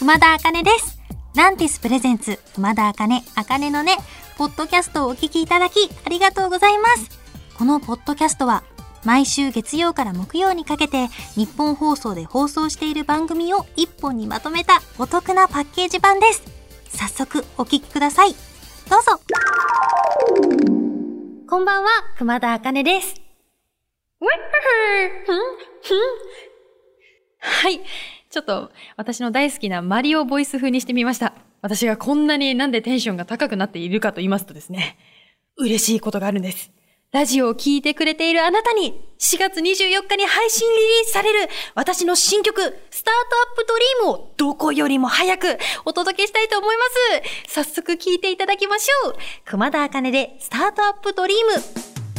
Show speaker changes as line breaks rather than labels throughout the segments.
熊田茜です。ランティスプレゼンツ熊田茜、茜のね、ポッドキャストをお聞きいただきありがとうございます。このポッドキャストは毎週月曜から木曜にかけて日本放送で放送している番組を一本にまとめたお得なパッケージ版です。早速お聞きください。どうぞ。こんばんは、熊田茜です。はい。ちょっと私の大好きなマリオボイス風にしてみました。私がこんなになんでテンションが高くなっているかと言いますとですね、嬉しいことがあるんです。ラジオを聴いてくれているあなたに4月24日に配信リリースされる私の新曲スタートアップドリームをどこよりも早くお届けしたいと思います。早速聴いていただきましょう。熊田茜でスタートアップドリーム。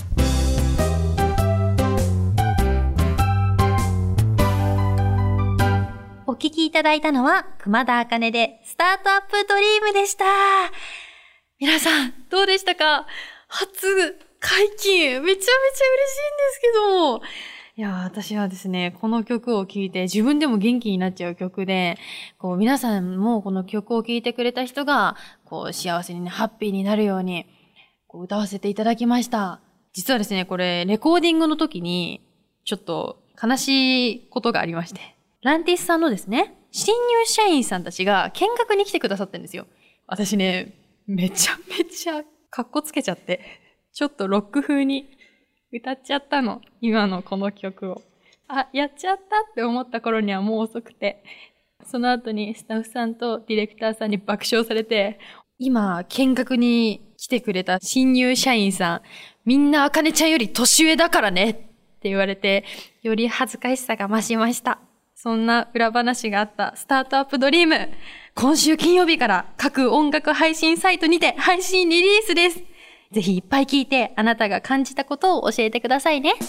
お聞きいただいたのは熊田茜でスタートアップドリームでした。皆さんどうでしたか？初解禁めちゃめちゃ嬉しいんですけど、いや私はですね、この曲を聴いて自分でも元気になっちゃう曲で、こう皆さんもこの曲を聴いてくれた人がこう幸せにね、ハッピーになるようにこう歌わせていただきました。実はですね、これレコーディングの時にちょっと悲しいことがありまして、ランティスさんのですね、新入社員さんたちが見学に来てくださってるんですよ。私ね、めちゃめちゃカッコつけちゃって、ちょっとロック風に歌っちゃったの。今のこの曲を。やっちゃったって思った頃にはもう遅くて。その後にスタッフさんとディレクターさんに爆笑されて、今、見学に来てくれた新入社員さん、みんな茜ちゃんより年上だからねって言われて、より恥ずかしさが増しました。そんな裏話があったスタートアップドリーム。今週金曜日から各音楽配信サイトにて配信リリースです。ぜひいっぱい聞いてあなたが感じたことを教えてくださいね。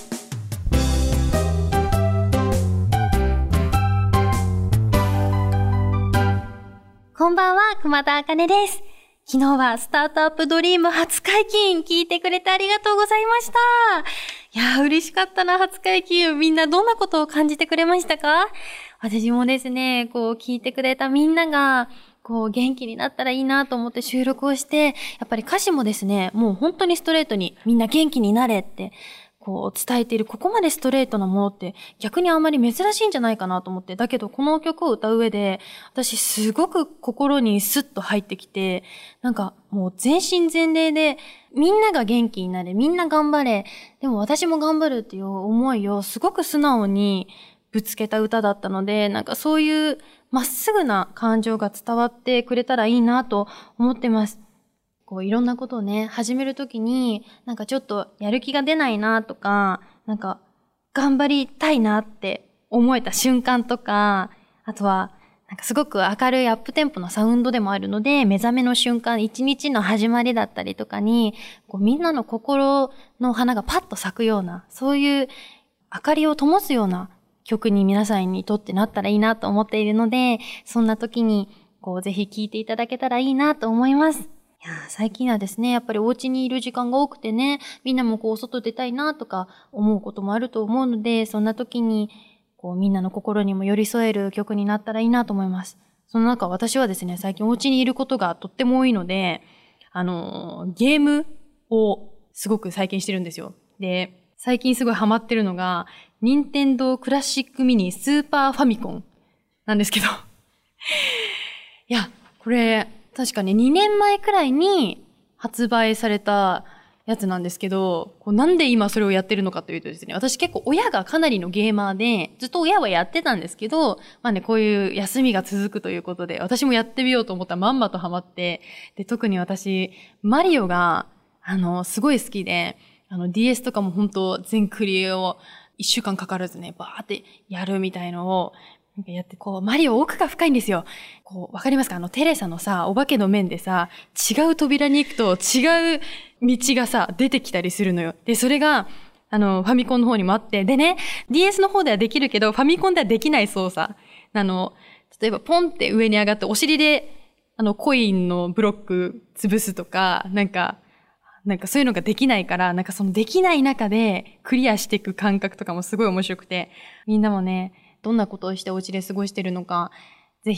こんばんは、熊田茜です。昨日はスタートアップドリーム初解禁聞いてくれてありがとうございました。いやー嬉しかったな、初解禁。みんなどんなことを感じてくれましたか？私もですね、こう聞いてくれたみんながこう元気になったらいいなと思って収録をして、やっぱり歌詞もですね、もう本当にストレートにみんな元気になれってこう伝えている、ここまでストレートなものって逆にあんまり珍しいんじゃないかなと思って、だけどこの曲を歌う上で私すごく心にスッと入ってきて、なんかもう全身全霊でみんなが元気になれ、みんな頑張れ、でも私も頑張るっていう思いをすごく素直にぶつけた歌だったので、なんかそういうまっすぐな感情が伝わってくれたらいいなと思ってます。こういろんなことをね、始めるときになんかちょっとやる気が出ないなとか、なんか頑張りたいなって思えた瞬間とか、あとはなんかすごく明るいアップテンポのサウンドでもあるので、目覚めの瞬間、一日の始まりだったりとかに、こうみんなの心の花がパッと咲くような、そういう明かりを灯すような曲に皆さんにとってなったらいいなと思っているので、そんな時にこうぜひ聴いていただけたらいいなと思います。いや最近はですね、やっぱりお家にいる時間が多くてね、みんなもこう外出たいなとか思うこともあると思うので、そんな時にこうみんなの心にも寄り添える曲になったらいいなと思います。その中、私はですね、最近お家にいることがとっても多いので、ゲームをすごく最近してるんですよ。で、最近すごいハマってるのが、任天堂クラシックミニスーパーファミコンなんですけど。いや、これ、確かに2年前くらいに発売されたやつなんですけど、なんで今それをやってるのかというとですね、私結構親がかなりのゲーマーで、ずっと親はやってたんですけど、まあね、こういう休みが続くということで、私もやってみようと思ったらまんまとハマって、で、特に私、マリオが、すごい好きで、DS とかも本当全クリを1週間かからずね、バーってやるみたいのを、やって、マリオ奥が深いんですよ。わかりますか？テレサのさ、お化けの面でさ、違う扉に行くと違う道がさ、出てきたりするのよ。で、それが、ファミコンの方にもあって、でね、DS の方ではできるけど、ファミコンではできない操作。例えば、ポンって上に上がって、お尻で、コインのブロック潰すとか、なんかそういうのができないから、なんかそのできない中でクリアしていく感覚とかもすごい面白くて、みんなもね、どんなことをしてお家で過ごしてるのか、ぜひ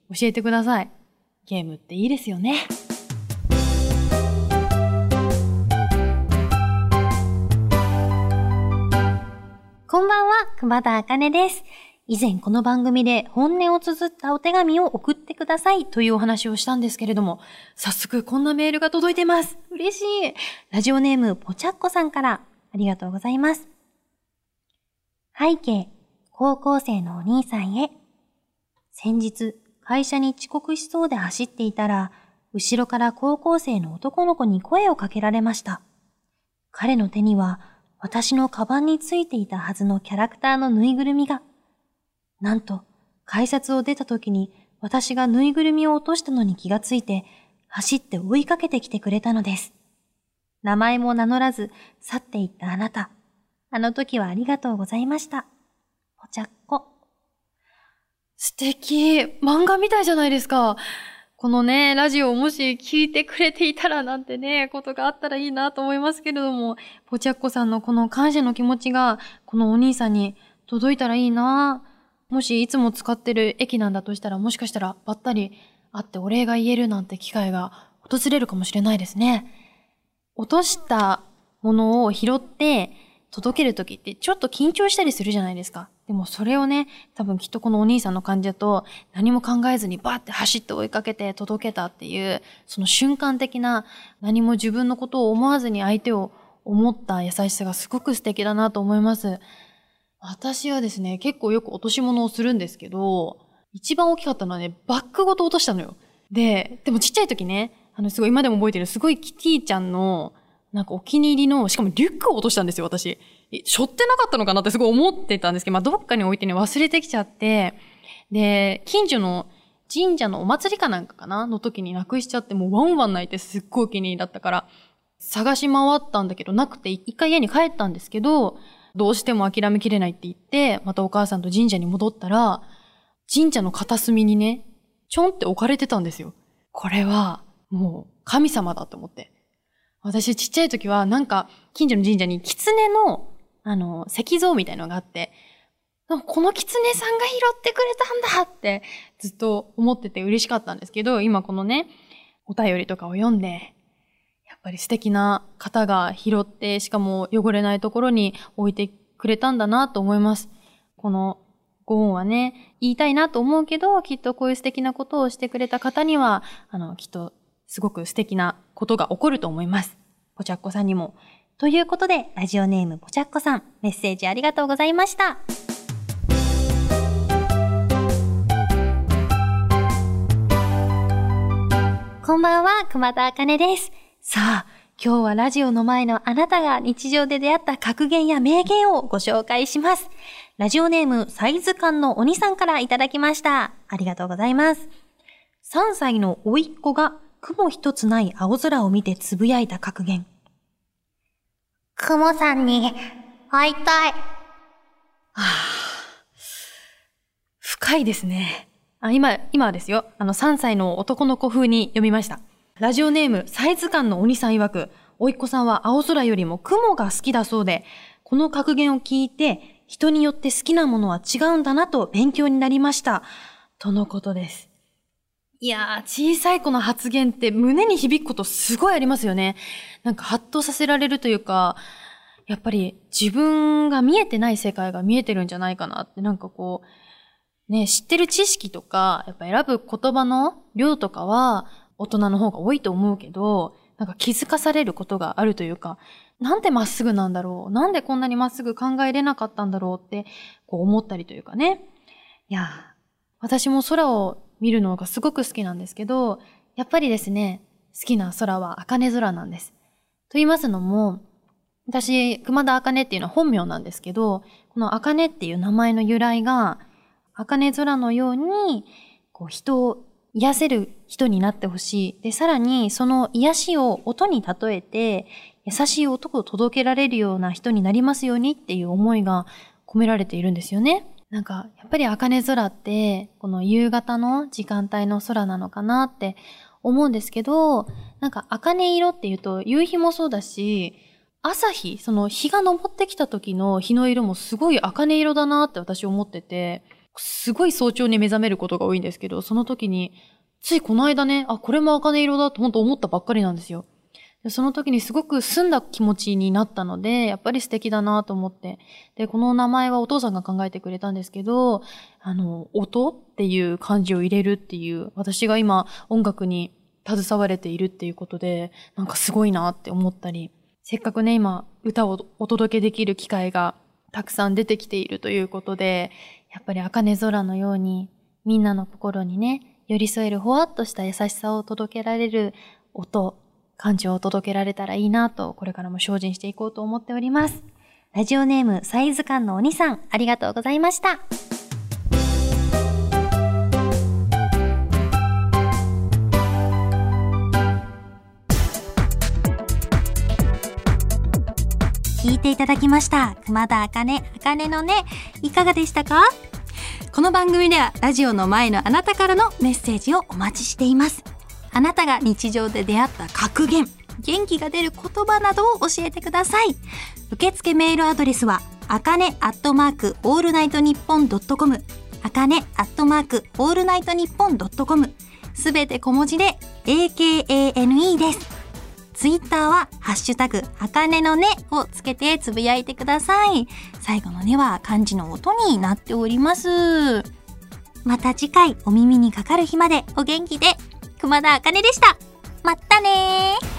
教えてください。ゲームっていいですよね。こんばんは、熊田茜です。以前この番組で本音を綴ったお手紙を送ってくださいというお話をしたんですけれども、早速こんなメールが届いてます。嬉しい。ラジオネームぽちゃっこさんからありがとうございます。背景、高校生のお兄さんへ。先日、会社に遅刻しそうで走っていたら、後ろから高校生の男の子に声をかけられました。彼の手には、私のカバンについていたはずのキャラクターのぬいぐるみが。なんと、改札を出た時に私がぬいぐるみを落としたのに気がついて、走って追いかけてきてくれたのです。名前も名乗らず去っていったあなた。あの時はありがとうございました。ぽちゃっこ。素敵。漫画みたいじゃないですか。このね、ラジオをもし聞いてくれていたらなんてね、ことがあったらいいなと思いますけれども、ぽちゃっこさんのこの感謝の気持ちが、このお兄さんに届いたらいいな。もしいつも使ってる駅なんだとしたら、もしかしたらばったり会ってお礼が言えるなんて機会が訪れるかもしれないですね。落としたものを拾って届けるときってちょっと緊張したりするじゃないですか。でもそれをね、多分きっとこのお兄さんの感じだと何も考えずにバーって走って追いかけて届けたっていう、その瞬間的な何も自分のことを思わずに相手を思った優しさがすごく素敵だなと思います。私はですね、結構よく落とし物をするんですけど、一番大きかったのはね、バッグごと落としたのよ。でもちっちゃい時ね、すごい今でも覚えてる、すごいキティちゃんの、なんかお気に入りの、しかもリュックを落としたんですよ、私。背負ってなかったのかなってすごい思ってたんですけど、どっかに置いてね、忘れてきちゃって、で、近所の神社のお祭りかなんかかなの時になくしちゃって、もうワンワン泣いてすっごいお気に入りだったから、探し回ったんだけど、なくて、一回家に帰ったんですけど、どうしても諦めきれないって言って、またお母さんと神社に戻ったら、神社の片隅にね、ちょんって置かれてたんですよ。これは、もう、神様だと思って。私ちっちゃい時は、なんか、近所の神社に狐の、石像みたいなのがあって、この狐さんが拾ってくれたんだって、ずっと思ってて嬉しかったんですけど、今このね、お便りとかを読んで、やっぱり素敵な方が拾って、しかも汚れないところに置いてくれたんだなと思います。このご恩はね、言いたいなと思うけど、きっとこういう素敵なことをしてくれた方には、きっとすごく素敵なことが起こると思います。ぽちゃっこさんにも。ということで、ラジオネームぽちゃっこさん、メッセージありがとうございました。こんばんは、熊田茜です。さあ、今日はラジオの前のあなたが日常で出会った格言や名言をご紹介します。ラジオネームサイズ感の鬼さんからいただきました。ありがとうございます。3歳の甥っ子が雲一つない青空を見てつぶやいた格言。雲さんに会いたい。深いですね。今はですよ。3歳の男の子風に読みました。ラジオネームサイズ感の鬼さん曰く、甥っ子さんは青空よりも雲が好きだそうで、この格言を聞いて、人によって好きなものは違うんだなと勉強になりました。とのことです。いやー、小さい子の発言って胸に響くことすごいありますよね。なんかハッとさせられるというか、やっぱり自分が見えてない世界が見えてるんじゃないかなって、なんかこう、ね、知ってる知識とか、やっぱ選ぶ言葉の量とかは大人の方が多いと思うけど、なんか気づかされることがあるというか、なんでまっすぐなんだろう、なんでこんなにまっすぐ考えれなかったんだろうってこう思ったりというかね。いや、私も空を見るのがすごく好きなんですけど、やっぱりですね、好きな空は茜空なんです。と言いますのも、私、熊田茜っていうのは本名なんですけど、この茜っていう名前の由来が、茜空のように、こう人を癒せる人になってほしい。で、さらにその癒しを音に例えて、優しい音を届けられるような人になりますようにっていう思いが込められているんですよね。なんか、やっぱり茜空って、この夕方の時間帯の空なのかなって思うんですけど、なんか茜色っていうと夕日もそうだし、朝日、その日が昇ってきた時の日の色もすごい茜色だなって私思ってて、 すごい早朝に目覚めることが多いんですけど、その時に、ついこの間ね、これも茜色だと本当思ったばっかりなんですよ。でその時にすごく澄んだ気持ちになったので、やっぱり素敵だなと思って。で、この名前はお父さんが考えてくれたんですけど、音っていう漢字を入れるっていう、私が今音楽に携われているっていうことで、なんかすごいなって思ったり、せっかくね、今歌をお届けできる機会がたくさん出てきているということで、やっぱり茜空のようにみんなの心にね、寄り添えるほわっとした優しさを届けられる音、感情を届けられたらいいなと、これからも精進していこうと思っております。ラジオネームサイズ感の鬼さん、ありがとうございました。聞いていただきました。熊田茜のね、いかがでしたか？この番組ではラジオの前のあなたからのメッセージをお待ちしています。あなたが日常で出会った格言、元気が出る言葉などを教えてください。受付メールアドレスはakane@allnightnippon.com、akane@allnightnippon.com、すべて小文字で AKANE です。ツイッターはハッシュタグ茜のねをつけてつぶやいてください。最後のねは漢字の音になっております。また次回お耳にかかる日までお元気で。熊田茜でした。まったねー。